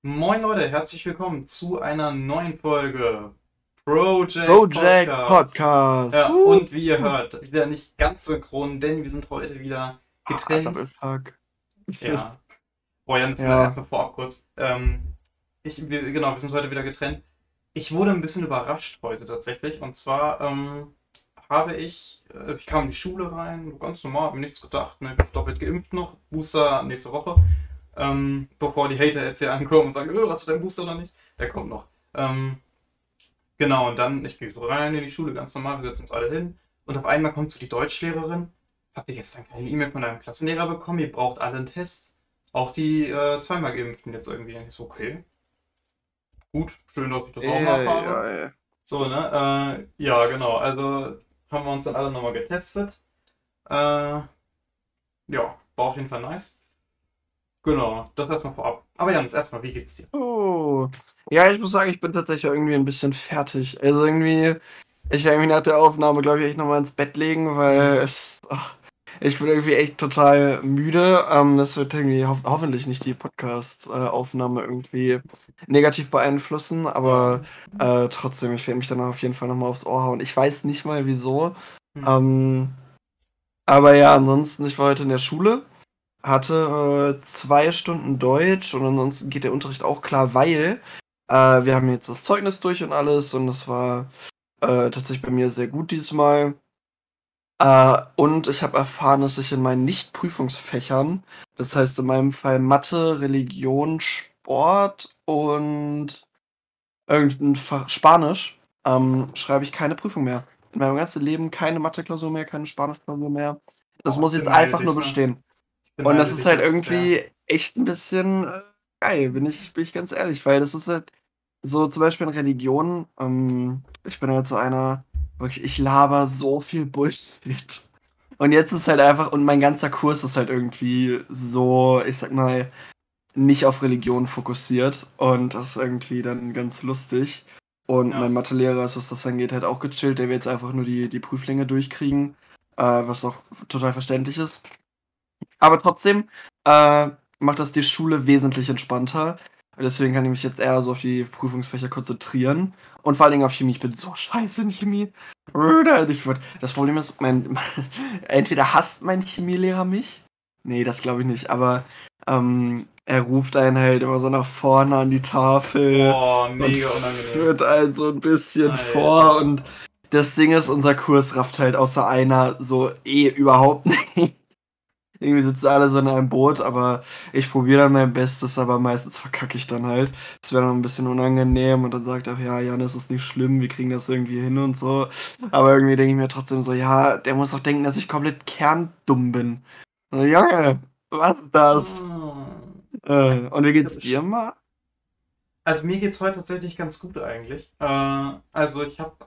Moin Leute, herzlich willkommen zu einer neuen Folge Project Project Podcast. Podcast. Ja, und wie ihr hört, wieder nicht ganz synchron, denn wir sind heute wieder getrennt. Doppelfuck. Ja, boah, Jans, Ja. erstmal vorab kurz. Genau, wir sind heute wieder getrennt. Ich wurde ein bisschen überrascht heute tatsächlich. Und zwar ich kam in die Schule rein, ganz normal, hab mir nichts gedacht, ne, doppelt geimpft noch, Booster nächste Woche. Bevor die Hater jetzt hier ankommen und sagen, hast du deinen Booster noch nicht? Der kommt noch. Ähm, genau, und dann, ich gehe so rein in die Schule, ganz normal, wir setzen uns alle hin. Und auf einmal kommt so die Deutschlehrerin. Habt ihr gestern keine E-Mail von deinem Klassenlehrer bekommen? Ihr braucht alle einen Test. Auch die zweimal Geimpften jetzt irgendwie. Ich so, okay, gut, schön, dass ich das auch nachhabe. Ja. So, ne? Ja, genau. Also haben wir uns dann alle nochmal getestet. Äh, ja, war auf jeden Fall nice. Genau, das erstmal vorab. Aber Jans, erstmal, wie geht's dir? Oh. Ja, ich muss sagen, ich bin tatsächlich irgendwie ein bisschen fertig. Also irgendwie, ich werde irgendwie nach der Aufnahme, glaube ich, echt nochmal ins Bett legen, weil Mhm. ich bin irgendwie echt total müde. Das wird irgendwie hoffentlich nicht die Podcast-Aufnahme irgendwie negativ beeinflussen, Ja. aber trotzdem, ich werde mich danach auf jeden Fall nochmal aufs Ohr hauen. Ich weiß nicht mal wieso. Mhm. Ähm, aber ja, ansonsten, ich war heute in der Schule. Hatte 2 Stunden Deutsch und ansonsten geht der Unterricht auch klar, weil wir haben jetzt das Zeugnis durch und alles und das war tatsächlich bei mir sehr gut diesmal. Und ich habe erfahren, dass ich in meinen Nicht-Prüfungsfächern, das heißt in meinem Fall Mathe, Religion, Sport und irgendein Fach Spanisch, schreibe ich keine Prüfung mehr. In meinem ganzen Leben keine Mathe-Klausur mehr, keine Spanisch-Klausur mehr. Das Oh, muss ich jetzt beneide einfach dich, nur ne? bestehen. Ich Und das beneide ist dich halt jetzt sehr. irgendwie echt ein bisschen geil, bin ich ganz ehrlich, weil das ist halt so zum Beispiel in Religion, ich bin halt so einer, wirklich, ich laber so viel Bullshit. Und jetzt ist halt einfach, und mein ganzer Kurs ist halt irgendwie so, ich sag mal, nicht auf Religion fokussiert. Und das ist irgendwie dann ganz lustig. Und mein Ja, Mathelehrer ist, was das angeht, halt auch gechillt. Der will jetzt einfach nur die Prüflinge durchkriegen, was auch total verständlich ist. Aber trotzdem macht das die Schule wesentlich entspannter. Deswegen kann ich mich jetzt eher so auf die Prüfungsfächer konzentrieren. Und vor allen Dingen auf Chemie. Ich bin so scheiße in Chemie. Das Problem ist, entweder hasst mein Chemielehrer mich. Nee, das glaube ich nicht. Aber er ruft einen halt immer so nach vorne an die Tafel boah, und mega unangenehm. führt einen so ein bisschen vor. Und Alter. das Ding ist, unser Kurs rafft halt außer einer so überhaupt nicht. Irgendwie sitzen alle so in einem Boot, aber ich probiere dann mein Bestes, aber meistens verkacke ich dann halt. Das wäre dann ein bisschen unangenehm und dann sagt er, ja, Jan, das ist nicht schlimm, wir kriegen das irgendwie hin und so. Aber irgendwie denke ich mir trotzdem so, ja, der muss doch denken, dass ich komplett kerndumm bin. So, Junge, was ist das? Hm. Und wie geht's dir mal? Also mir geht's heute tatsächlich ganz gut eigentlich. Also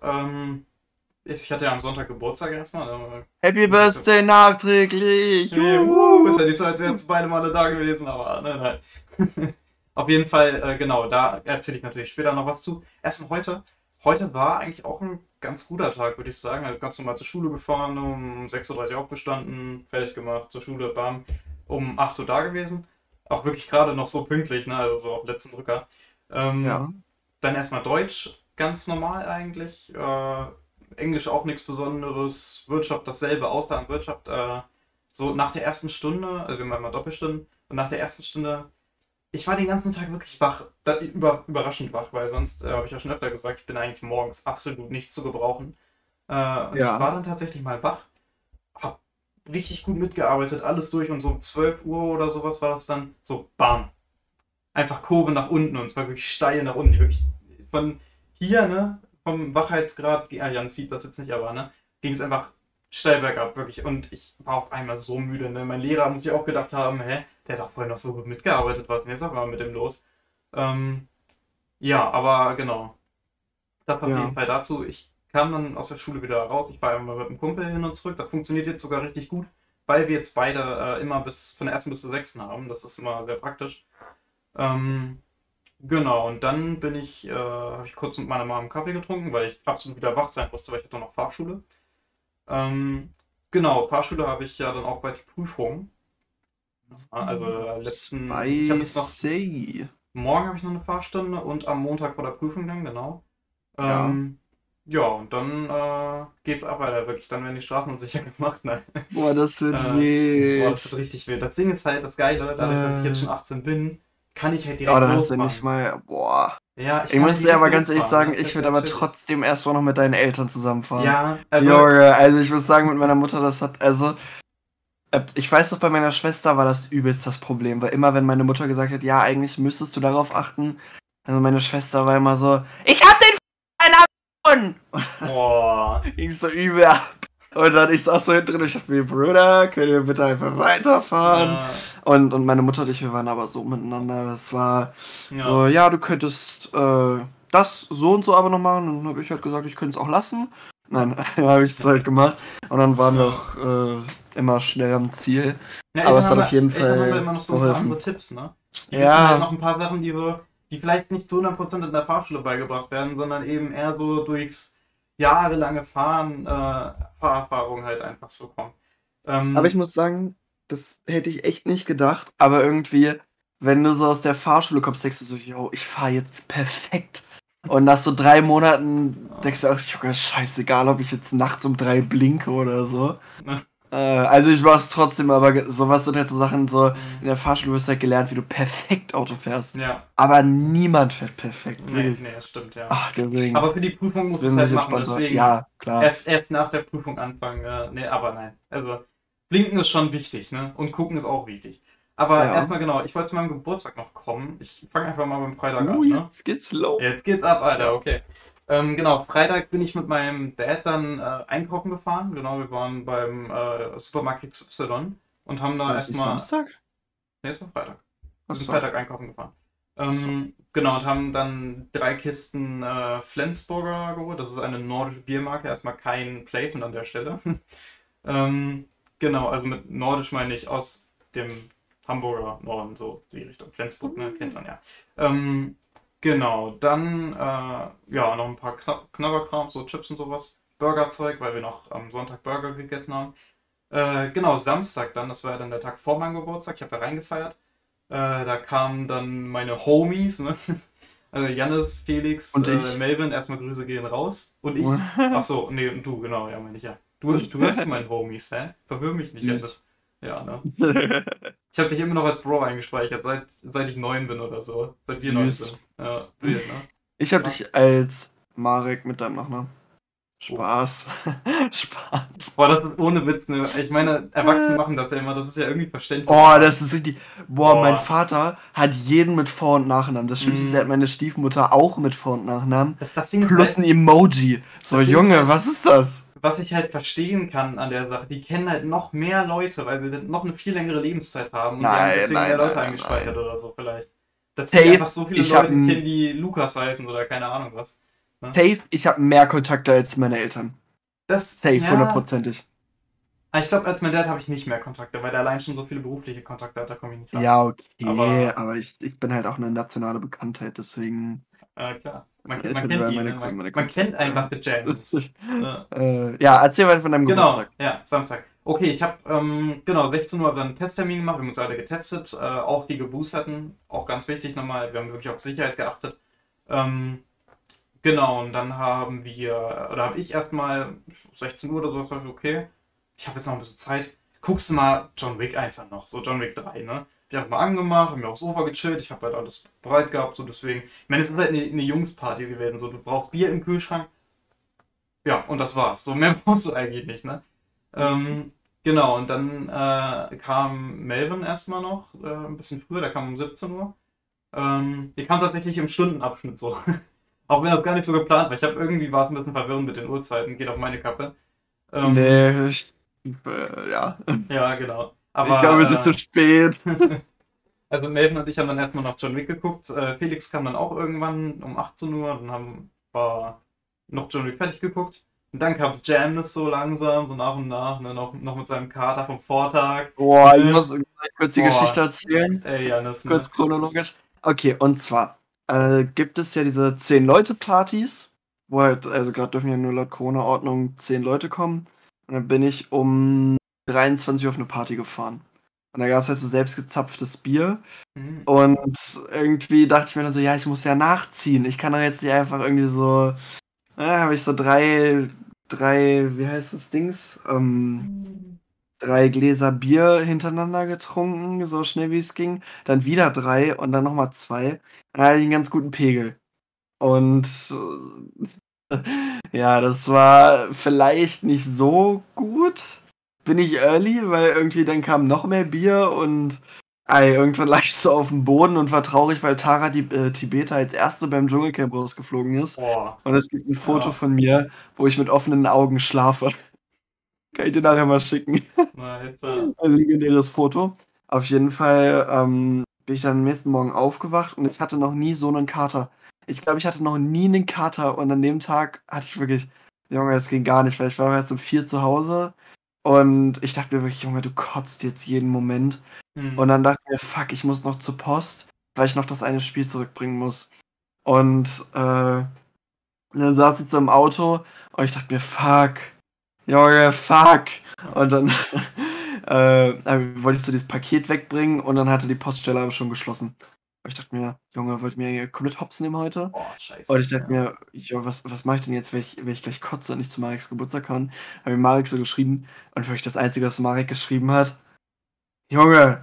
ich hatte ja am Sonntag Geburtstag erstmal. Happy Muss ich Birthday kurz. nachträglich! Hey, ist ja nicht so, als wärst du beide Male da gewesen, aber nein, nein. Auf jeden Fall, genau, da erzähle ich natürlich später noch was zu. Erstmal heute. Heute war eigentlich auch ein ganz guter Tag, würde ich sagen. Also ganz normal zur Schule gefahren, um 6:30 Uhr aufgestanden, fertig gemacht, zur Schule, bam, um 8 Uhr da gewesen. Auch wirklich gerade noch so pünktlich, ne? Also so auf letzten Drücker. Ähm, Ja, dann erstmal Deutsch, ganz normal eigentlich. Englisch auch nichts Besonderes. Wirtschaft dasselbe, außer an Wirtschaft. So nach der ersten Stunde, also wir haben immer Doppelstunden, und nach der ersten Stunde, ich war den ganzen Tag wirklich wach, überraschend wach, weil sonst, habe ich ja schon öfter gesagt, ich bin eigentlich morgens absolut nicht zu gebrauchen. Und ich ja. war dann tatsächlich mal wach, hab richtig gut mitgearbeitet, alles durch und so um 12 Uhr oder sowas war das dann so, bam, einfach Kurve nach unten und zwar wirklich steil nach unten, die wirklich von hier, ne, vom Wachheitsgrad, Jan sieht das jetzt nicht, aber, ne, ging es einfach steil bergab, wirklich. Und ich war auf einmal so müde, ne. Mein Lehrer muss sich auch gedacht haben, hä, der hat doch vorhin noch so gut mitgearbeitet, was ist denn jetzt auf einmal mit dem los? Ähm, ja, aber genau. Das auf jeden Ja. Fall dazu. Ich kam dann aus der Schule wieder raus. Ich war immer mit einem Kumpel hin und zurück. Das funktioniert jetzt sogar richtig gut, weil wir jetzt beide immer bis von der ersten bis zur sechsten haben. Das ist immer sehr praktisch. Ähm, Genau, und dann habe ich kurz mit meiner Mama einen Kaffee getrunken, weil ich absolut wieder wach sein musste, weil ich hatte noch Fahrschule. Ähm, genau, Fahrschule habe ich ja dann auch bei die Prüfung. Also ich habe jetzt noch Spicy. morgen habe ich noch eine Fahrstunde und am Montag vor der Prüfung dann, genau. Ja. Ähm, ja, und dann geht's ab, Alter, wirklich. Dann werden die Straßen unsicher gemacht, ne? Boah, das wird Boah, das wild. wird richtig wild. Das Ding ist halt, das Geile, dadurch, dass ich jetzt schon 18 bin, kann ich halt Oh, direkt dann hast du nicht losfahren. mal. Boah. Ja, ich Ich kann halt muss dir direkt aber ganz ehrlich losfahren, sagen, das ist ich halt würde sehr aber chillig. trotzdem erstmal noch mit deinen Eltern zusammenfahren. Ja, also, Junge, also ich muss sagen, mit meiner Mutter, das hat, also, ich weiß noch, bei meiner Schwester war das übelst das Problem, weil immer, wenn meine Mutter gesagt hat, ja, eigentlich müsstest du darauf achten, also meine Schwester war immer so, ich hab den einer boah, ging so übel ab. Und dann ich saß so hinten drin und ich dachte mir, Bruder, können wir bitte einfach weiterfahren? äh, Und meine Mutter und ich, wir waren aber so miteinander. Es war so, ja, ja, du könntest das so und so aber noch machen. Und dann habe ich halt gesagt, ich könnte es auch lassen. Nein, dann habe ich es halt gemacht. Und dann waren wir ja. auch immer schnell am Ziel. Ja, Aber es hat auf jeden Eltern haben ja Fall immer noch so ein paar andere geholfen. Tipps, ne? Die wissen halt noch Ja, ein paar Sachen, die vielleicht nicht zu 100% in der Fahrschule beigebracht werden, sondern eben eher so durchs jahrelange Fahren, Fahrerfahrung halt einfach so kommen. aber ich Ähm, muss sagen, das hätte ich echt nicht gedacht. Aber irgendwie, wenn du so aus der Fahrschule kommst, denkst du so, yo, ich fahre jetzt perfekt. Und nach so 3 Monaten denkst du, ach, Junge, scheißegal, ob ich jetzt nachts um 3 blinke oder so. ne? Also ich mach's trotzdem, aber sowas sind halt so Sachen, so Hm, in der Fahrschule wirst du halt gelernt, wie du perfekt Auto fährst. ja, Aber niemand fährt perfekt, nee, wirklich. nee, das stimmt, ja. Ach, deswegen. Aber für die Prüfung Es musst du wird es halt nicht machen, entspannter. deswegen Ja, klar. erst nach der Prüfung anfangen. Nee, aber nein. Also, blinken ist schon wichtig, ne? Und gucken ist auch wichtig. Aber Ja. erstmal genau, ich wollte zu meinem Geburtstag noch kommen. Ich fange einfach mal beim Freitag an, ne? Jetzt geht's los. Jetzt geht's ab, Alter, Ja. okay. Genau, Freitag bin ich mit meinem Dad dann einkaufen gefahren. Genau, wir waren beim Supermarkt XY und haben da War es nicht erstmal. Samstag? Ne, es war Freitag. Wir sind Achso. Freitag einkaufen gefahren. Achso. Genau, und haben dann 3 Kisten Flensburger geholt. Das ist eine nordische Biermarke. Erstmal kein Placement an der Stelle. ähm, genau, also mit nordisch meine ich aus dem Hamburger Norden, so die Richtung Flensburg, ne, kennt man ja. Ähm, genau, dann ja, noch ein paar Knabberkram, so Chips und sowas. Burgerzeug, weil wir noch am Sonntag Burger gegessen haben. Genau, Samstag dann, das war ja dann der Tag vor meinem Geburtstag, ich habe ja reingefeiert. Da kamen dann meine Homies, ne? Also Jannis, Felix, Und ich. Melvin, erstmal Grüße gehen raus. Und ich. Ach so, nee, und du, genau, ja, meine ich ja. Du hörst zu meinen Homies, hä? Verwirr mich nicht, Süß. Jannis. Ja, ne? Ich habe dich immer noch als Bro eingespeichert, seit ich 9 bin oder so. Seit wir 9 Süß. sind. Ja, wild, ne? Ich hab Ja. dich als Marek mit deinem Nachnamen. Oh. Spaß. Spaß. Boah, das ist ohne Witz, ne? Ich meine, Erwachsene machen das ja immer, das ist ja irgendwie verständlich, Oh, aber. das ist richtig. Boah, mein Boah. Vater hat jeden mit Vor- und Nachnamen. Das Schlimmste ist, er hat Mm, meine Stiefmutter auch mit Vor- und Nachnamen. das Ding ist Plus halt. ein Emoji. So, Das Ding ist Junge, halt, was ist das? was ich halt verstehen kann an der Sache, die kennen halt noch mehr Leute, weil sie noch eine viel längere Lebenszeit haben und die haben Nein, deswegen mehr nein, Leute nein, nein, eingespeichert nein. oder so vielleicht. Dass sie Safe, einfach so viele ich hab, Leute kennen, die Lukas heißen oder keine Ahnung was. Ne? ich hab mehr Kontakte als meine Eltern. Das, Safe, ja. hundertprozentig. Ich glaube, als mein Dad habe ich nicht mehr Kontakte, weil der allein schon so viele berufliche Kontakte hat, da komme ich nicht ran. Ja, okay, Aber, aber ich bin halt auch eine nationale Bekanntheit, deswegen. klar, Ich man habe kennt überall ihn, ne? meine Man kennt Kontakte. einfach The Jams. Ja. Ja, erzähl mal von deinem Genau, Geburtstag. ja, Samstag. Okay, ich habe genau 16 Uhr dann einen Testtermin gemacht, wir haben uns alle getestet, auch die Geboosterten, auch ganz wichtig nochmal, wir haben wirklich auf Sicherheit geachtet. Ähm, genau, und dann haben wir, oder habe ich erstmal 16 Uhr oder so, dachte ich, okay, ich habe jetzt noch ein bisschen Zeit. Guckst du mal John Wick einfach noch, so John Wick 3, ne? Ich habe mal angemacht, hab mir aufs Sofa gechillt, ich habe halt alles bereit gehabt, so deswegen. Ich meine, es ist halt eine Jungsparty gewesen, so du brauchst Bier im Kühlschrank, ja, und das war's. So mehr brauchst du eigentlich nicht, ne? Ähm, genau, und dann kam Melvin erstmal noch, ein bisschen früher, der kam um 17 Uhr. Die kam tatsächlich im Stundenabschnitt so. Auch wenn das gar nicht so geplant war. Irgendwie war es ein bisschen verwirrend mit den Uhrzeiten, geht auf meine Kappe. Ähm, Nee, ja. ja, genau. Ich glaube, es ist zu Aber spät. also Melvin und ich haben dann erstmal noch John Wick geguckt. Felix kam dann auch irgendwann um 18 Uhr. Dann war noch John Wick fertig geguckt. Und dann kam Jamness so langsam, so nach und nach, ne, noch mit seinem Kater vom Vortag. Boah, ich Ne? muss gleich kurz die Geschichte Boah, erzählen. ey, Janis, ne? Kurz chronologisch. Okay, und zwar gibt es ja diese 10-Leute-Partys, wo halt, also gerade dürfen ja nur laut Corona-Ordnung 10 Leute kommen. Und dann bin ich um 23 Uhr auf eine Party gefahren. Und da gab es halt so selbstgezapftes Bier. Mhm. Und irgendwie dachte ich mir dann so, ja, ich muss ja nachziehen. Ich kann doch jetzt nicht einfach irgendwie so, habe ich so wie heißt das Dings? 3 Gläser Bier hintereinander getrunken, so schnell wie es ging. Dann wieder 3 und dann nochmal 2. Dann hatte ich einen ganz guten Pegel. Und ja, das war vielleicht nicht so gut, bin ich early, weil irgendwie dann kam noch mehr Bier und irgendwann lag ich so auf dem Boden und war traurig, weil Tara die Tibeter als erste beim Dschungelcamp rausgeflogen ist. Boah. Und es gibt ein Foto Ja. von mir, wo ich mit offenen Augen schlafe. Kann ich dir nachher mal schicken. Nice. Ein legendäres Foto. Auf jeden Fall bin ich dann am nächsten Morgen aufgewacht und ich hatte noch nie so einen Kater. Ich glaube, ich hatte noch nie einen Kater und an dem Tag hatte ich wirklich, Junge, es ging gar nicht, weil ich war auch erst um 4 zu Hause und ich dachte mir wirklich, Junge, du kotzt jetzt jeden Moment. Und Mhm. dann dachte ich mir, fuck, ich muss noch zur Post, weil ich noch das eine Spiel zurückbringen muss. Und dann saß ich so im Auto und ich dachte mir, fuck, Junge, fuck. Und dann wollte ich so dieses Paket wegbringen und dann hatte die Poststelle aber schon geschlossen. Und ich dachte mir, Junge, wollt ihr mir hier komplett hops nehmen heute? Boah, Und scheiße. ich dachte Ja. mir, jo, was mache ich denn jetzt, wenn ich gleich kotze und nicht zu Mareks Geburtstag kann? Habe ich Marek so geschrieben und wirklich das Einzige, was Marek geschrieben hat, Junge,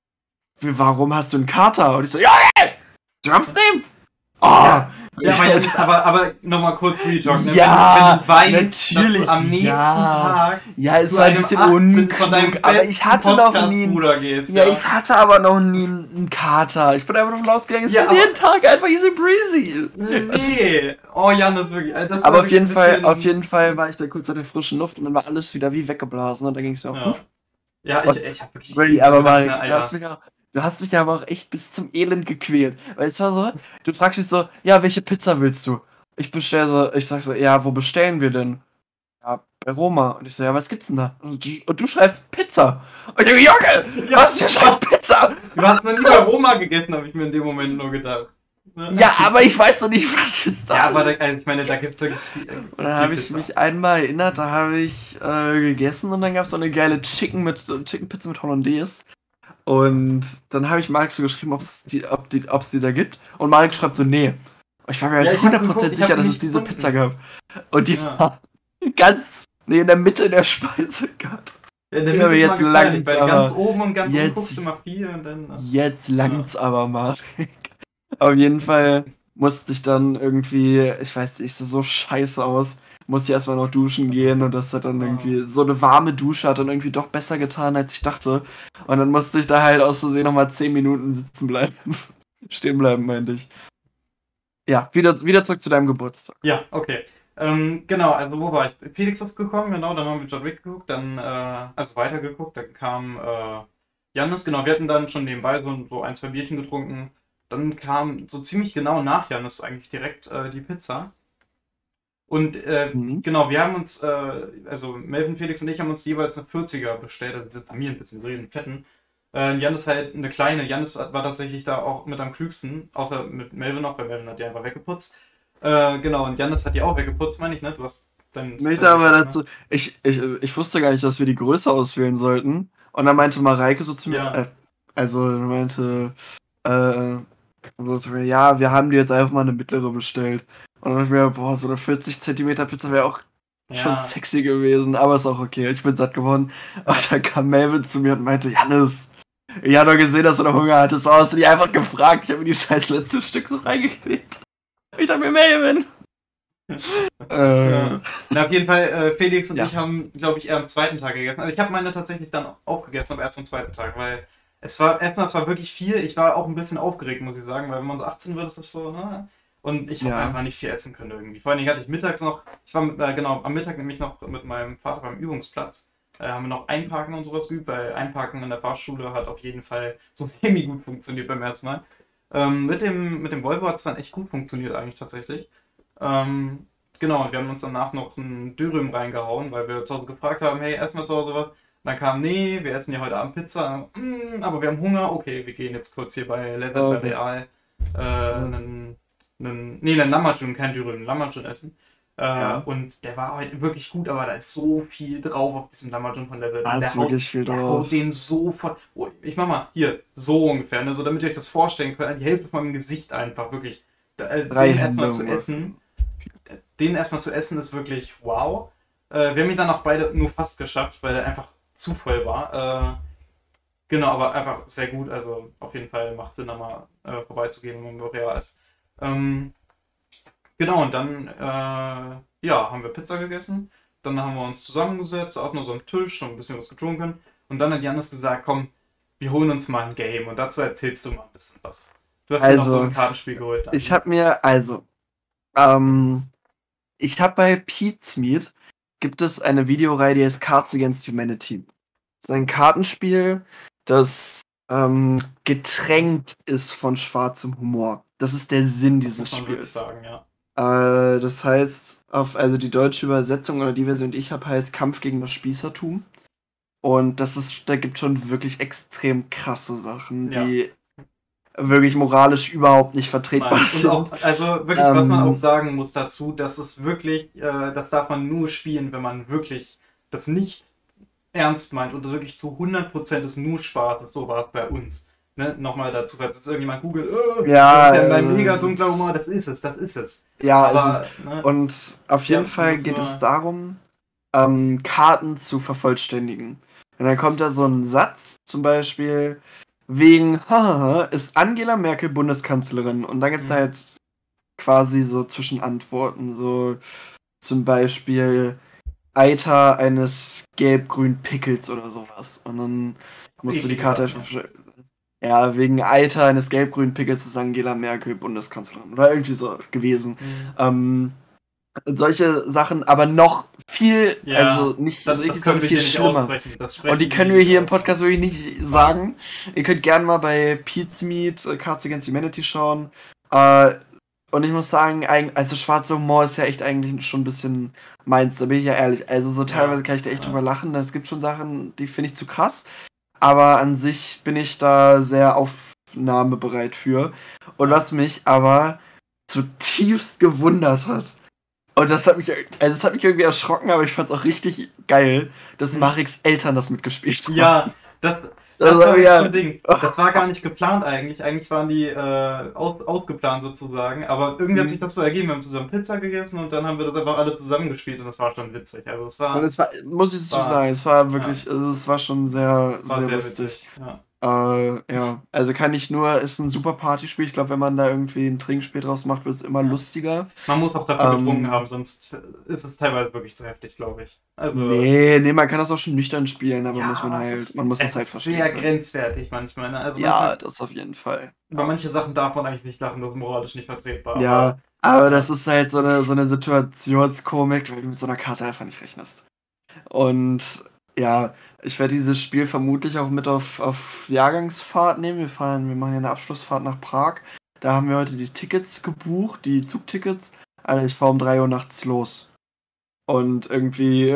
warum hast du einen Kater? Und ich so, Junge, Drums nehmen? Oh! Ja, ja, aber Janis, aber nochmal kurz Real Talk, ne? Ja, wenn du weißt, natürlich, dass du am nächsten ja. Tag Ja, es zu war ein einem bisschen 18 von deinem unklug, aber ich hatte noch nie Podcast-Bruder gehst, ja, ich hatte aber noch nie einen Kater. Ich bin einfach davon ausgegangen, es Ja, ist aber- jeden Tag einfach easy breezy. Nee. Oh, Janis, wirklich. Das war Aber auf wirklich jeden ein Fall, bisschen- auf jeden Fall war ich da kurz an der frischen Luft und dann war alles wieder wie weggeblasen und dann ging es mir auch gut. Ja, ich hab wirklich Really, aber gedacht, Marek, Alter. du hast mich aber auch echt bis zum Elend gequält. Weil es war so, du fragst mich so, ja, welche Pizza willst du? Ich sag so, ja, wo bestellen wir denn? Ja, bei Roma. Und ich so, ja, was gibt's denn da? Und du schreibst Pizza. Und ich denke, Junge, Ja. was für scheiß Pizza? Du hast noch nie bei Roma gegessen, habe ich mir in dem Moment nur gedacht. Ne? Ja, aber ich weiß doch nicht, was ist da. Ja, aber ich meine, da gibt's wirklich viel. Und dann habe ich mich einmal erinnert, da habe ich gegessen und dann gab es so eine geile Chicken Pizza mit Hollandaise. Und dann habe ich Marek so geschrieben, ob es die da gibt. Und Marek schreibt so, nee. Und ich war mir Ja, also ich hab 100% geguckt, ich sicher, hab dass die es nicht diese gefunden. Pizza gab. Und die Ja. war in der Mitte der Speisekarte. Ja, der Ja, aber Witz ist jetzt immer gefährlich, langt's weil ganz aber. oben und ganz unten Jetzt- guckst du immer viel und dann. Jetzt langt's aber, Marek. Auf jeden Fall musste ich dann irgendwie, ich weiß nicht, ich sah so scheiße aus. Musste ich erstmal noch duschen gehen und das hat dann irgendwie so eine warme Dusche hat dann irgendwie doch besser getan, als ich dachte. Und dann musste ich da halt aus Versehen nochmal 10 Minuten sitzen bleiben. Stehen bleiben, meinte ich. Ja, wieder zurück zu deinem Geburtstag. Ja, okay. Genau, also wo war ich? Felix ist gekommen, genau, dann haben wir John Wick geguckt, dann, also weitergeguckt, dann kam Jannis, genau, wir hatten dann schon nebenbei so ein, zwei Bierchen getrunken. Dann kam so ziemlich genau nach Jannis eigentlich direkt die Pizza. Und Mhm. genau, wir haben uns, also Melvin, Felix und ich haben uns jeweils eine 40er bestellt, also diese Familienpizzen, so riesen fetten. Jannis halt eine kleine. Jannis war tatsächlich da auch mit am klügsten, außer mit Melvin noch, weil Melvin hat die einfach weggeputzt. Genau, und Jannis hat die auch weggeputzt, meine ich, ne? Du hast Ich möchte aber dazu, ich wusste gar nicht, dass wir die Größe auswählen sollten. Und dann meinte Mareike so zu mir, Ja. so zu mir, ja, wir haben dir jetzt einfach mal eine mittlere bestellt. Und dann dachte ich mir, boah, so eine 40 Zentimeter Pizza wäre auch schon Ja. sexy gewesen, aber ist auch okay, ich bin satt geworden. Und dann kam Melvin zu mir und meinte, Jannis, ich habe doch gesehen, dass du noch Hunger hattest, so hast du dich einfach gefragt, ich habe mir die scheiß letzte Stück so reingequält. Ich dachte mir, Melvin. Ja. Na, auf jeden Fall, Felix und Ja. ich haben, glaube ich, eher am zweiten Tag gegessen. Also ich habe meine tatsächlich dann auch gegessen, aber erst am zweiten Tag, weil es war wirklich viel. Ich war auch ein bisschen aufgeregt, muss ich sagen, weil wenn man so 18 wird, ist das so, ne? Und ich habe Ja. einfach nicht viel essen können irgendwie. Vor allem hatte ich mittags noch, ich war genau am Mittag nämlich noch mit meinem Vater beim Übungsplatz. Haben wir noch Einparken und sowas geübt, weil Einparken in der Fahrschule hat auf jeden Fall so semi gut funktioniert beim ersten Mal. Mit dem Volvo hat es dann echt gut funktioniert eigentlich tatsächlich. Genau, und wir haben uns danach noch ein Dürüm reingehauen, weil wir zu Hause gefragt haben, hey, essen wir zu Hause was? Dann kam, nee, wir essen ja heute Abend Pizza, aber wir haben Hunger, okay, wir gehen jetzt kurz hier bei Lezzard bei Okay. Real einen Lammatschun, kein Dürüm, einen Lammatschun essen. Ja. Und der war halt wirklich gut, aber da ist so viel drauf auf diesem Lamajun-Level. Da ist wirklich viel Der haut drauf. den so voll. Oh, ich mach mal hier, so ungefähr, ne? So damit ihr euch das vorstellen könnt. Die Hälfte von meinem Gesicht einfach, wirklich. 3 Den erstmal Hände zu ungefähr. essen. Den erstmal zu essen ist wirklich wow. Wir haben ihn dann auch beide nur fast geschafft, weil er einfach zu voll war. Genau, aber einfach sehr gut. Also auf jeden Fall macht Sinn, da mal vorbeizugehen, wenn man in Montreal ist. Ähm, genau, und dann ja, haben wir Pizza gegessen. Dann haben wir uns zusammengesetzt, auf so einem Tisch, schon ein bisschen was getrunken. Und dann hat Janis gesagt, komm, wir holen uns mal ein Game. Und dazu erzählst du mal ein bisschen was. Du hast dir noch so ein Also, Kartenspiel geholt dann, ich ne? habe mir, also, ähm, ich habe bei Pete's Meat gibt es eine Videoreihe, die heißt Cards Against Humanity. Das ist ein Kartenspiel, das getränkt ist von schwarzem Humor. Das ist der Sinn Das dieses muss man wirklich Spiels. sagen, ja. Das heißt, also die deutsche Übersetzung oder die Version, die ich habe, heißt Kampf gegen das Spießertum. Und da gibt schon wirklich extrem krasse Sachen, Ja. die wirklich moralisch überhaupt nicht vertretbar Nein. Und sind. auch, also wirklich, was man auch Ähm, sagen muss dazu, dass es wirklich, das darf man nur spielen, wenn man wirklich das nicht ernst meint und das wirklich zu 100% ist nur Spaß. Und so war es bei uns. Ne? Nochmal dazu, falls jetzt irgendjemand googelt, das ja, ist ja mein mega dunkler Humor, das ist es, das ist es. ja, es ist. Aber, ne, Und auf jeden ja, man Fall muss geht es nur, darum, Karten zu vervollständigen. Und dann kommt da so ein Satz, zum Beispiel, wegen, hahaha, ist Angela Merkel Bundeskanzlerin? Und dann gibt es hm, halt quasi so Zwischenantworten, so zum Beispiel Eiter eines gelb-grünen Pickels oder sowas. Und dann musst du die eklige Karte Sachen, ja. halt. Ja, wegen Eiter eines gelb-grünen Pickels ist Angela Merkel Bundeskanzlerin. Oder irgendwie so gewesen. Hm. Ähm, solche Sachen, aber noch viel, also Ja, nicht so das eklig, können sondern wir viel hier nicht schlimmer. aussprechen. Das Und die sprechen wir können hier wir nicht hier im aus. Podcast wirklich nicht Nein. sagen. Ihr könnt gerne mal bei Pete's Meat Cards Against Humanity schauen. Äh, und ich muss sagen, also schwarzer Humor ist ja echt eigentlich schon ein bisschen meins, da bin ich ja ehrlich. Also so teilweise Ja, kann ich da echt ja, drüber lachen. Es gibt schon Sachen, die finde ich zu krass. Aber an sich bin ich da sehr aufnahmebereit für. Und ja. was mich aber zutiefst gewundert hat, und das hat mich irgendwie erschrocken, aber ich fand es auch richtig geil, dass Hm. Mariks Eltern das mitgespielt haben. Ja, das, Das das war war wirklich so ja. ein Ding. Das war gar nicht geplant eigentlich. Eigentlich waren die ausgeplant sozusagen. Aber irgendwie hat sich das so ergeben. Wir haben zusammen Pizza gegessen und dann haben wir das einfach alle zusammengespielt und das war schon witzig. Also Und es war, muss ich so war, sagen, es war ja, wirklich, also es war schon sehr, war sehr sehr lustig. witzig. Ja. Ja, also kann ich nur, ist ein super Partyspiel. Ich glaube, wenn man da irgendwie ein Trinkspiel draus macht, wird es immer Ja. lustiger. Man muss auch dafür getrunken Ähm, haben, sonst ist es teilweise wirklich zu heftig, glaube ich. Also, nee, man kann das auch schon nüchtern spielen, aber ja, aber man muss es es halt ist verstehen sehr können. grenzwertig manchmal. Ne? Also Ja, manchmal, das auf jeden Fall. über Ja. manche Sachen darf man eigentlich nicht lachen, das ist moralisch nicht vertretbar. Aber Ja, aber das ja, ist halt so eine Situationskomik, weil du mit so einer Karte einfach nicht rechnest. Und ja, ich werde dieses Spiel vermutlich auch mit auf Jahrgangsfahrt nehmen. Wir machen ja eine Abschlussfahrt nach Prag. Da haben wir heute die Tickets gebucht, die Zugtickets. Alter, ich fahre um 3 Uhr nachts los. Und irgendwie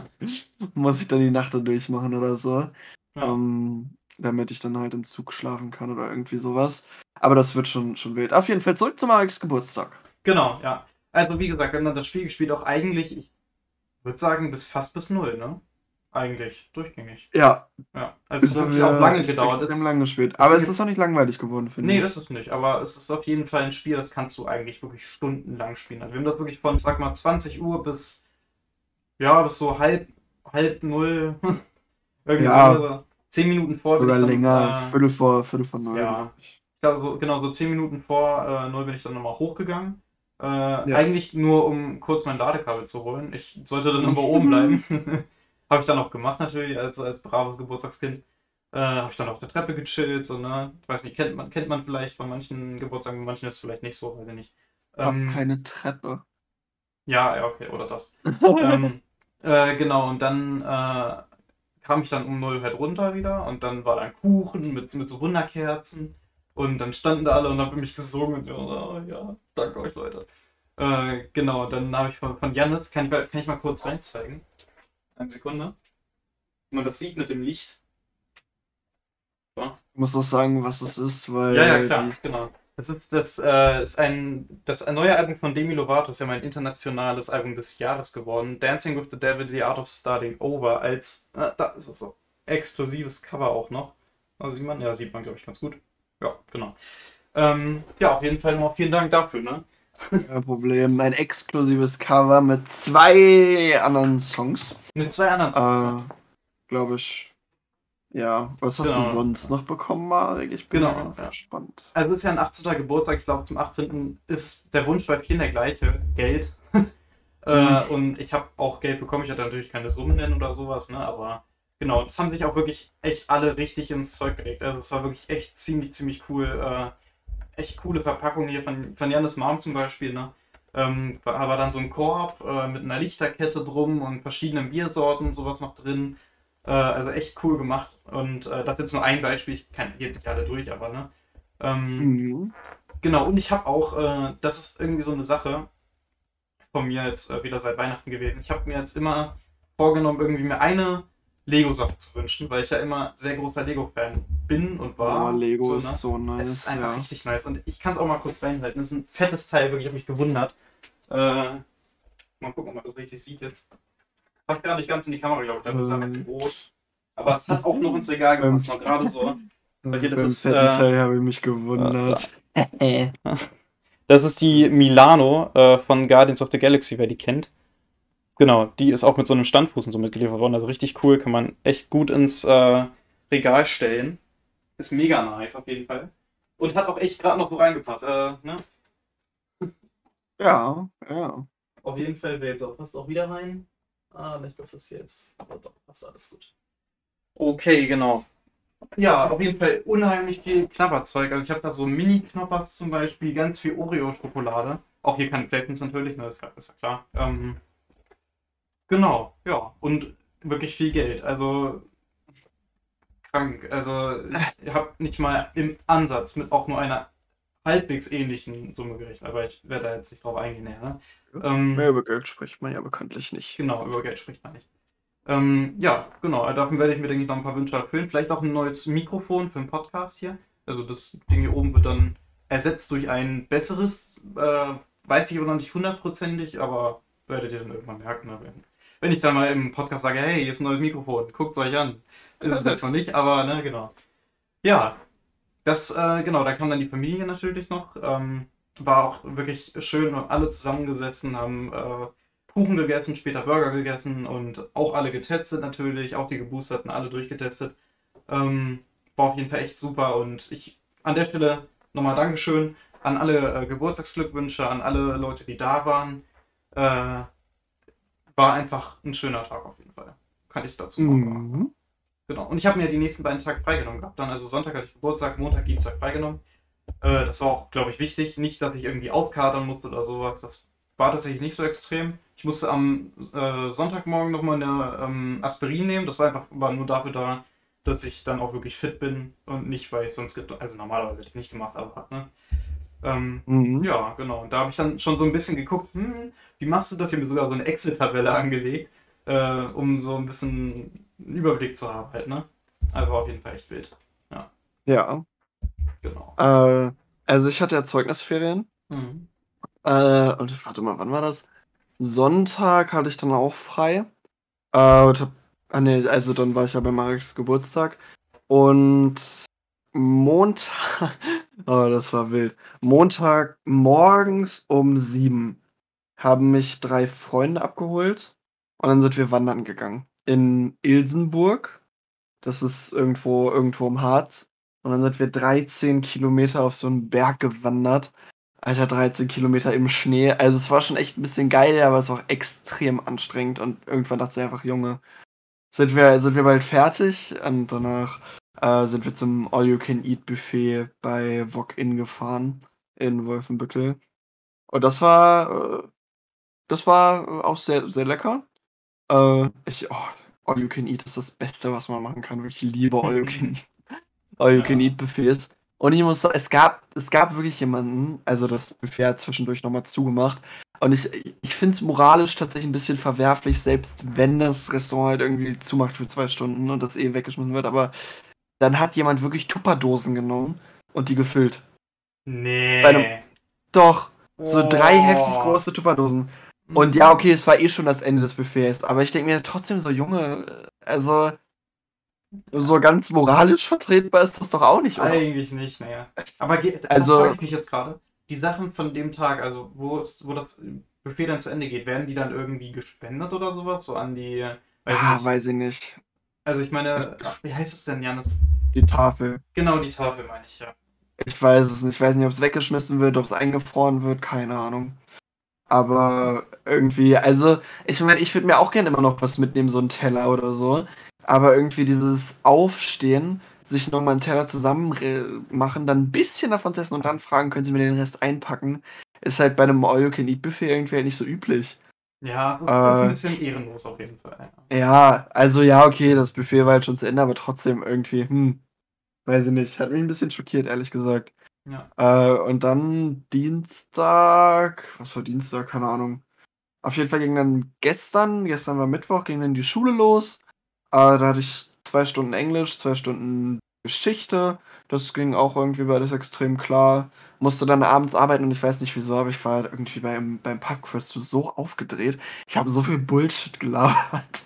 muss ich dann die Nacht da durchmachen oder so. ja. Damit ich dann halt im Zug schlafen kann oder irgendwie sowas. Aber das wird schon wild. Auf jeden Fall zurück zum Alex Geburtstag. Genau, ja. Also wie gesagt, wir haben dann das Spiel gespielt, auch eigentlich, ich würde sagen, fast bis null, ne? Eigentlich, durchgängig. Ja, Ja. Also es das hat haben wirklich auch wir lange echt gedauert. extrem lang gespielt. Das Aber Ding es ist ist, auch nicht langweilig geworden, finde nee, das ich. ist nicht, aber es ist auf jeden Fall ein Spiel, das kannst du eigentlich wirklich stundenlang spielen. Also wir haben das wirklich von, sag mal, 20 Uhr bis, ja, bis so halb null, irgendwie so, Ja, also 10 Minuten vor bin ich sogar dann, länger. Viertel vor neun, ja, glaube ich. ich glaube, so, genau, so 10 Minuten vor 0 bin ich dann nochmal hochgegangen. Ja. Eigentlich nur, um kurz mein Ladekabel zu holen. Ich sollte dann aber oben bleiben. Habe ich dann auch gemacht, natürlich, als braves Geburtstagskind. Habe ich dann auf der Treppe gechillt, so, ne? Ich weiß nicht, kennt man vielleicht von manchen Geburtstagen, manchen ist es vielleicht nicht so, weiß ich nicht. Hab Ähm, keine Treppe. ja, ja, okay, oder das. Ähm, genau, und dann kam ich dann um 0 halt runter wieder und dann war da ein Kuchen mit so Wunderkerzen und dann standen da alle und haben für mich gesungen und ja, ja, danke euch, Leute. Genau, dann habe ich von Jannis, kann ich mal kurz reinzeigen? Eine Sekunde. Wenn man das sieht mit dem Licht. So. Ich muss auch sagen, was es ist, Ja, ja, weil klar, genau. Das neue Album von Demi Lovato ist ja mein internationales Album des Jahres geworden. Dancing with the Devil, The Art of Starting Over, da ist es so exklusives Cover auch noch. Also sieht man, glaube ich, ganz gut. Ja, genau. Ja, auf jeden Fall nochmal vielen Dank dafür, ne? Kein Problem. Ein exklusives Cover mit 2 anderen Songs. Mit 2 anderen Songs. Glaube ich. Ja, was hast du Genau. sonst noch bekommen, Marek? Ich bin ganz gespannt. Also ist ja ein 18. Geburtstag, ich glaube zum 18. ist der Wunsch bei vielen der gleiche, Geld. Und ich habe auch Geld bekommen, ich hatte natürlich keine Summen nennen oder sowas, ne? Aber genau, das haben sich auch wirklich echt alle richtig ins Zeug gelegt. Also es war wirklich echt ziemlich cool. Echt coole Verpackung hier von Jannis Mom zum Beispiel, ne? War dann so ein Korb mit einer Lichterkette drum und verschiedenen Biersorten, sowas noch drin. Also echt cool gemacht. Und das ist jetzt nur ein Beispiel, ich kann jetzt nicht alle durch, aber ne. Genau, und ich habe auch, das ist irgendwie so eine Sache von mir jetzt wieder seit Weihnachten gewesen. Ich habe mir jetzt immer vorgenommen, irgendwie mir eine Lego-Sache zu wünschen, weil ich ja immer sehr großer Lego-Fan bin und war. Oh, Lego so, ne? ist so nice. Es ist einfach richtig nice. Und ich kann es auch mal kurz reinhalten. Das ist ein fettes Teil, wirklich, ich habe mich gewundert. Mal gucken, ob man das richtig sieht jetzt. Passt gar nicht ganz in die Kamera, glaube ich, da ist einfach zu rot. Aber es hat auch noch ins Regal gepasst, noch gerade so. Weil hier, das ist, Teil habe ich mich gewundert. Das ist die Milano von Guardians of the Galaxy, wer die kennt. Genau, die ist auch mit so einem Standfuß und so mitgeliefert worden. Also richtig cool, kann man echt gut ins Regal stellen. Ist mega nice auf jeden Fall. Und hat auch echt gerade noch so reingepasst. Ne? Ja. Auf jeden Fall wäre jetzt auch, passt auch wieder rein. Nicht, dass es jetzt. Aber doch, passt alles gut. Okay, genau. Ja, auf jeden Fall unheimlich viel Knabberzeug. Also ich habe da so Mini-Knoppers zum Beispiel, ganz viel Oreo-Schokolade. Auch hier keine Placements natürlich, ne, ist ja klar. Genau, ja. Und wirklich viel Geld. Also krank. Also ich habe nicht mal im Ansatz mit auch nur einer halbwegs ähnlichen Summe gerechnet, aber ich werde da jetzt nicht drauf eingehen. Ne? Über Geld spricht man ja bekanntlich nicht. Genau, über Geld spricht man nicht. Ja, genau. Davon werde ich mir, denke ich, noch ein paar Wünsche erfüllen. Vielleicht auch ein neues Mikrofon für den Podcast hier. Also das Ding hier oben wird dann ersetzt durch ein besseres. Weiß ich aber noch nicht hundertprozentig, aber werdet ihr dann irgendwann merken. Ne? Wenn ich dann mal im Podcast sage, hey, hier ist ein neues Mikrofon, guckt es euch an. Ist es jetzt noch nicht, aber ne, genau. Ja, genau, da kam dann die Familie natürlich noch. War auch wirklich schön und alle zusammengesessen, haben Kuchen gegessen, später Burger gegessen und auch alle getestet natürlich, auch die Geboosterten, alle durchgetestet. War auf jeden Fall echt super und ich an der Stelle nochmal Dankeschön an alle Geburtstagsglückwünsche, an alle Leute, die da waren. War einfach ein schöner Tag auf jeden Fall. Kann ich dazu mal sagen. Genau. Und ich habe mir die nächsten beiden Tage freigenommen gehabt. Dann also Sonntag hatte ich Geburtstag, Montag, Dienstag freigenommen. Das war auch, glaube ich, wichtig. Nicht, dass ich irgendwie auskadern musste oder sowas. Das war tatsächlich nicht so extrem. Ich musste am Sonntagmorgen nochmal eine Aspirin nehmen. Das war nur dafür da, dass ich dann auch wirklich fit bin und nicht, weil ich sonst, also normalerweise hätte ich nicht gemacht, aber ne? Ja, genau. Und da habe ich dann schon so ein bisschen geguckt, wie machst du das? Ich habe mir sogar so eine Excel-Tabelle angelegt, um so ein bisschen einen Überblick zu haben halt, ne? Also war auf jeden Fall echt wild. Ja. Genau. Also ich hatte ja Zeugnisferien. Und warte mal, wann war das? Sonntag hatte ich dann auch frei. Also dann war ich ja bei Mareks Geburtstag. Und Montag, oh, das war wild. Montag morgens um 7 haben mich 3 Freunde abgeholt. Und dann sind wir wandern gegangen. In Ilsenburg. Das ist irgendwo im Harz. Und dann sind wir 13 Kilometer auf so einen Berg gewandert. Alter, 13 Kilometer im Schnee. Also es war schon echt ein bisschen geil, aber es war auch extrem anstrengend. Und irgendwann dachte ich einfach, Junge, sind wir bald fertig? Und danach sind wir zum All-You-Can-Eat-Buffet bei Wok-In gefahren in Wolfenbüttel. Und das war auch sehr, sehr lecker. All-You-Can-Eat ist das Beste, was man machen kann. Ich liebe All-You-Can-Eat. All-You-Can-Eat-Buffets. Und ich muss sagen, es gab wirklich jemanden, also das Buffet hat zwischendurch nochmal zugemacht. Und ich finde es moralisch tatsächlich ein bisschen verwerflich, selbst wenn das Restaurant halt irgendwie zumacht für 2 Stunden und das weggeschmissen wird. Aber dann hat jemand wirklich Tupperdosen genommen und die gefüllt. Bei einem, Nee. doch, so 3 heftig Oh. große Tupperdosen. Und ja, Mhm. okay, es war eh schon das Ende des Buffets, aber ich denke mir trotzdem so, Junge, also Ja, so ganz moralisch vertretbar ist das doch auch nicht, oder? eigentlich nicht, naja. Aber das frage Also, ich mich jetzt gerade. Die Sachen von dem Tag, also wo das Buffet dann zu Ende geht, werden die dann irgendwie gespendet oder sowas? So an die, weiß nicht. weiß ich nicht. Also ich meine, wie heißt es denn, Janis? Die Tafel. Genau, die Tafel meine ich, ja. Ich weiß es nicht. Ich weiß nicht, ob es weggeschmissen wird, ob es eingefroren wird, keine Ahnung. Aber irgendwie, also, ich meine, ich würde mir auch gerne immer noch was mitnehmen, so einen Teller oder so. Aber irgendwie dieses Aufstehen, sich nochmal einen Teller zusammen machen, dann ein bisschen davon zu essen und dann fragen, können Sie mir den Rest einpacken, ist halt bei einem All-You-Can-Eat-Buffet irgendwie halt nicht so üblich. Ja, es ist ein Äh, bisschen ehrenlos auf jeden Fall. ja, also ja, okay, das Buffet war halt schon zu Ende, aber trotzdem irgendwie, weiß ich nicht. Hat mich ein bisschen schockiert, ehrlich gesagt. Ja. Ja. Und dann Dienstag, was war Dienstag? Keine Ahnung. Auf jeden Fall ging dann gestern war Mittwoch, ging dann die Schule los. Da hatte ich 2 Stunden Englisch, 2 Stunden Geschichte. Das ging auch irgendwie beides extrem klar. Musste dann abends arbeiten und ich weiß nicht wieso, aber ich war halt irgendwie beim Pubquiz so aufgedreht. Ich habe so viel Bullshit gelabert.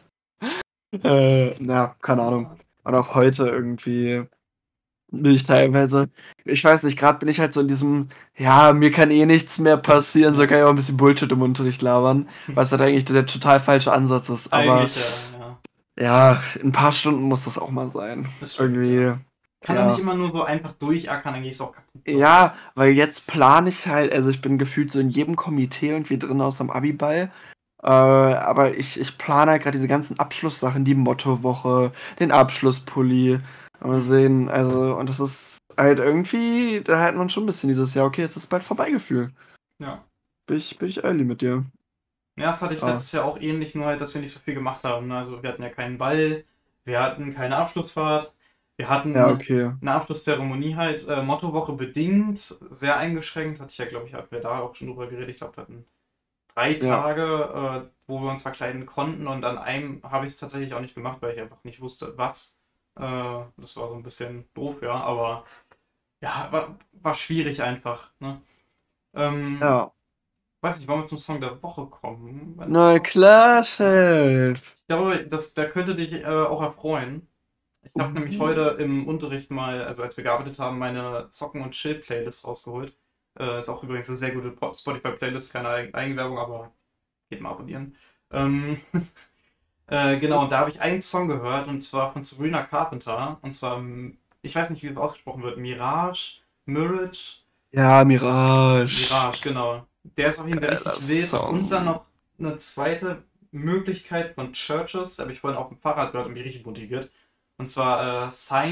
Ja, keine Ahnung. Ja. Und auch heute irgendwie bin ich teilweise, ich weiß nicht, gerade bin ich halt so in diesem, ja, mir kann eh nichts mehr passieren, so Ja. kann ich auch ein bisschen Bullshit im Unterricht labern, was halt eigentlich der total falsche Ansatz ist. Aber Eigentlich ja, ja. ja, in ein paar Stunden muss das auch mal sein. Das stimmt, ja. Irgendwie, Kann doch nicht ja. immer nur so einfach durchackern, dann gehe ich es auch kaputt. So. Ja, weil jetzt Das, plane ich halt, also ich bin gefühlt so in jedem Komitee irgendwie drin aus dem Abiball. Aber ich plane halt gerade diese ganzen Abschlusssachen, die Mottowoche, den Abschlusspulli. Mal hm, sehen, also, und das ist halt irgendwie, da hat man schon ein bisschen dieses Jahr, okay, jetzt ist bald vorbei Gefühl. ja. Bin ich early mit dir. Ja, das hatte ich Ah, letztes Jahr auch ähnlich, nur halt, dass wir nicht so viel gemacht haben. Ne? Also wir hatten ja keinen Ball, wir hatten keine Abschlussfahrt, wir ja, hatten okay. eine Abschlusszeremonie halt, Mottowoche bedingt, sehr eingeschränkt, hatte ich ja, glaube ich, hatten wir da auch schon drüber geredet. Ich glaube, wir hatten drei Ja, Tage, wo wir uns verkleiden konnten und an einem habe ich es tatsächlich auch nicht gemacht, weil ich einfach nicht wusste, was. Das war so ein bisschen doof, ja, aber ja, war schwierig einfach. Ne? Ähm, ja. weiß nicht, wollen wir zum Song der Woche kommen? Wenn du Na Bock klar, hast. Ja. Chef. Ich glaube, da könnte dich auch erfreuen. Ich habe nämlich heute im Unterricht mal, also als wir gearbeitet haben, meine Zocken- und Chill-Playlist rausgeholt. Ist auch übrigens eine sehr gute Spotify-Playlist, keine Eigenwerbung, aber geht mal abonnieren. Ähm, genau, und da habe ich einen Song gehört, und zwar von Sabrina Carpenter. Und zwar, ich weiß nicht, wie es ausgesprochen wird, Mirage, Ja, Mirage. Mirage, genau. Der ist auf jeden Fall Geiler richtig wild. Und dann Song. noch eine zweite Möglichkeit von Churches, habe ich vorhin auf dem Fahrrad gehört und mich richtig motiviert. Und zwar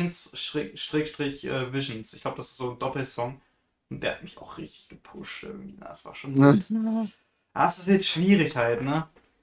Science-Visions. Ich glaube, das ist so ein Doppelsong. Und der hat mich auch richtig gepusht irgendwie. Das war schon Ne? wild. Ah, es ist jetzt schwierig halt, ne?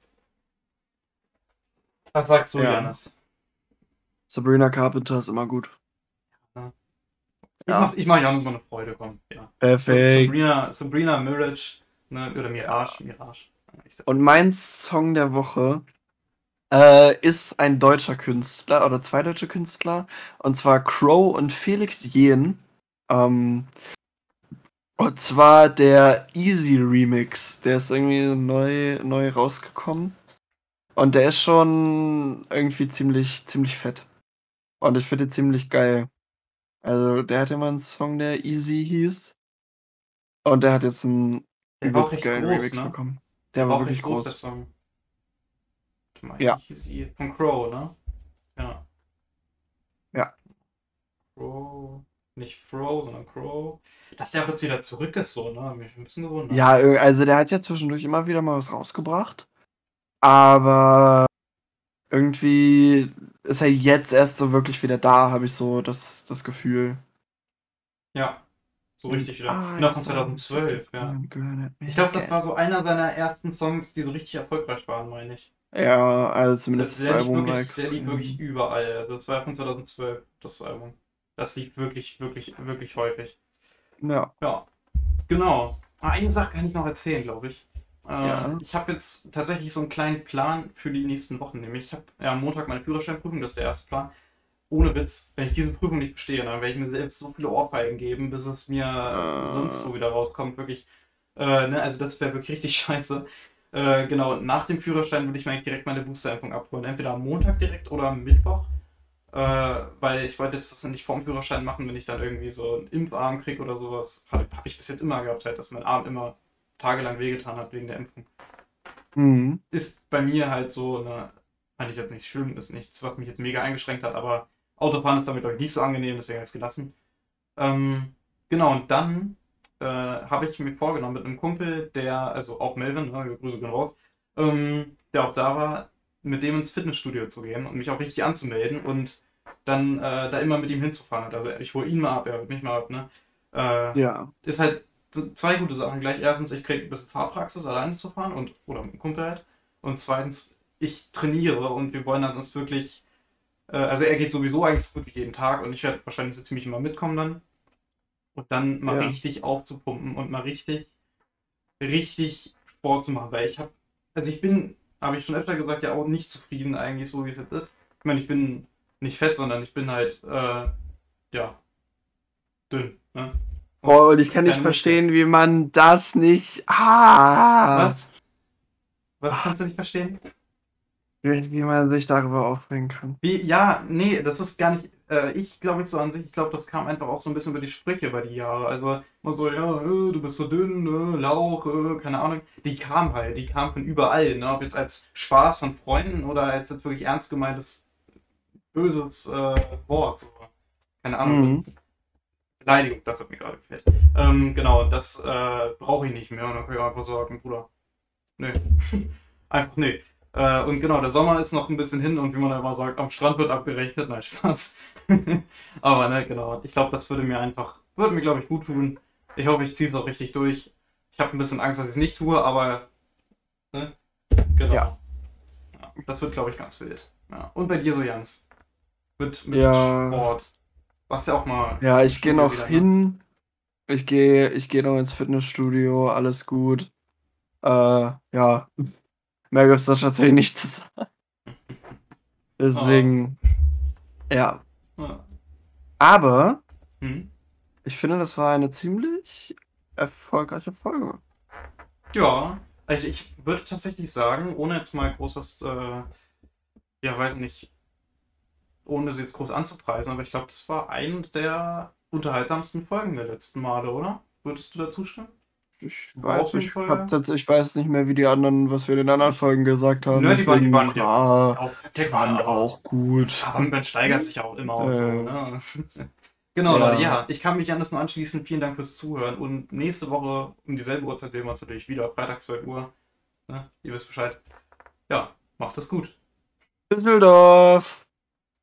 Was sagst du, Ja. Janis? Sabrina Carpenter ist immer gut. Ja. Ja, Ich mach Janis mal eine Freude, komm. Ja. perfekt. Sabrina Mirage, ne? Oder Ja. Mirage. Ich das Und jetzt. mein Song der Woche ist ein deutscher Künstler oder zwei deutsche Künstler. Und zwar Crow und Felix Jähn. Ähm, und zwar der Easy Remix. Der ist irgendwie neu rausgekommen. Und der ist schon irgendwie ziemlich fett. Und ich finde den ziemlich geil. Also, der hatte mal einen Song, der Easy hieß. Und der hat jetzt einen Der war auch übelst recht geilen groß, Remix ne? bekommen. Der Der war war auch wirklich recht groß, der groß. Song. Warte mal, wie Ja, hieß sie? Von Crow, ne? Ja. ja. Crow. Nicht Fro, sondern Crow. Dass der auch jetzt wieder zurück ist, so, ne? Hat mich ein bisschen gewundert. Ja, also der hat ja zwischendurch immer wieder mal was rausgebracht. Aber irgendwie ist er jetzt erst so wirklich wieder da, habe ich so das Gefühl. Ja, so Und richtig wieder. I'm Genau, von so sick of 2012, ja. I'm gonna Ich glaube, make das it. war so einer seiner ersten Songs, die so richtig erfolgreich waren, meine ich. Ja, also zumindest das Der lief Album war wirklich, der lief wirklich extrem. überall. Also das war von 2012, das Album. Das lief wirklich, wirklich, wirklich häufig. Ja, Ja, genau. Eine Sache kann ich noch erzählen, glaube ich. ja. Ich habe jetzt tatsächlich so einen kleinen Plan für die nächsten Wochen. Nämlich, ich habe ja am Montag meine Führerscheinprüfung, das ist der erste Plan. ohne Witz, wenn ich diese Prüfung nicht bestehe, dann werde ich mir selbst so viele Ohrfeigen geben, bis es mir sonst Äh, so wieder rauskommt, wirklich. Ne, also das wäre wirklich richtig scheiße. Genau, nach dem Führerschein würde ich mir eigentlich direkt meine Boosterimpfung abholen. Entweder am Montag direkt oder am Mittwoch. Weil ich wollte jetzt das nicht vorm Führerschein machen, wenn ich dann irgendwie so einen Impfarm kriege oder sowas. Hab ich bis jetzt immer gehabt, halt, dass mein Arm immer tagelang wehgetan hat wegen der Impfung. mhm. Ist bei mir halt so, ne, fand ich jetzt nicht schlimm, ist nichts, was mich jetzt mega eingeschränkt hat, aber Autofahren ist damit, glaube ich, nicht so angenehm, deswegen habe ich es gelassen. Ähm, genau, und dann habe ich mir vorgenommen mit einem Kumpel, der, also auch Melvin, ne, Grüße gehen raus, der auch da war, mit dem ins Fitnessstudio zu gehen und mich auch richtig anzumelden und dann da immer mit ihm hinzufahren. Also ich hole ihn mal ab, er holt mich mal ab, ne? Ja. Ist halt so zwei gute Sachen gleich. Erstens, ich kriege ein bisschen Fahrpraxis, alleine zu fahren und oder mit dem Kumpel halt. Und zweitens, ich trainiere und wir wollen dann uns wirklich, also er geht sowieso eigentlich so gut wie jeden Tag und ich werde wahrscheinlich so ziemlich immer mitkommen dann. Und dann mal Ja. richtig aufzupumpen und mal richtig Sport zu machen. Weil ich habe, also ich bin, habe ich schon öfter gesagt, ja auch nicht zufrieden eigentlich so, wie es jetzt ist. Ich meine, ich bin nicht fett, sondern ich bin halt, ja, dünn. Ne? Und Boah, und ich kann nicht keine Muskeln. verstehen, wie man das nicht. Was? Was kannst du nicht verstehen? Wie man sich darüber aufregen kann. Wie, ja, nee, das ist gar nicht, ich glaube nicht so an sich, ich glaube, das kam einfach auch so ein bisschen über die Sprüche über die Jahre. Also, immer so, ja, du bist so dünn, Lauch, keine Ahnung. Die kamen von überall, ne? Ob jetzt als Spaß von Freunden oder als jetzt wirklich ernst gemeintes, böses Wort. So. Keine Ahnung, Mhm. Beleidigung, das hat mir gerade gefällt. Genau, das brauche ich nicht mehr und dann kann ich einfach sagen, Bruder, nee. Einfach nee. Und genau, der Sommer ist noch ein bisschen hin und wie man immer sagt, am Strand wird abgerechnet. Nein, Spaß. Aber ne, genau. Ich glaube, das würde mir, glaube ich, gut tun. Ich hoffe, ich ziehe es auch richtig durch. Ich habe ein bisschen Angst, dass ich es nicht tue, aber ne, Ja. genau. Ja, das wird, glaube ich, ganz wild. Ja. Und bei dir so, Jans? Mit Ja. Sport. Warst ja auch mal Ja, im ich gehe Studio noch wieder, ne? hin. Ich gehe noch ins Fitnessstudio, alles gut. Ja, mehr gibt's da tatsächlich nicht zu sagen. Ah, Deswegen, ja. ja. Aber Hm. ich finde, das war eine ziemlich erfolgreiche Folge. Ja, also ich würde tatsächlich sagen, ohne jetzt mal groß was, ja, weiß nicht, ohne sie jetzt groß anzupreisen, aber ich glaube, das war eine der unterhaltsamsten Folgen der letzten Male, oder? Würdest du dazu stimmen? Rausnehmfolge? Ich weiß nicht mehr, wie die anderen, was wir in den anderen Folgen gesagt haben. Ne, Deswegen, die waren nicht klar, auch die perfekt, ne? waren Aber, auch gut. aber man steigert sich ja auch immer und so, Äh, ne? Genau, Leute, ja. ja, ich kann mich an das nur anschließen. Vielen Dank fürs Zuhören und nächste Woche um dieselbe Uhrzeit sehen wir uns natürlich wieder, Freitag 12 Uhr. Ne? Ihr wisst Bescheid. Ja, macht es gut. Düsseldorf.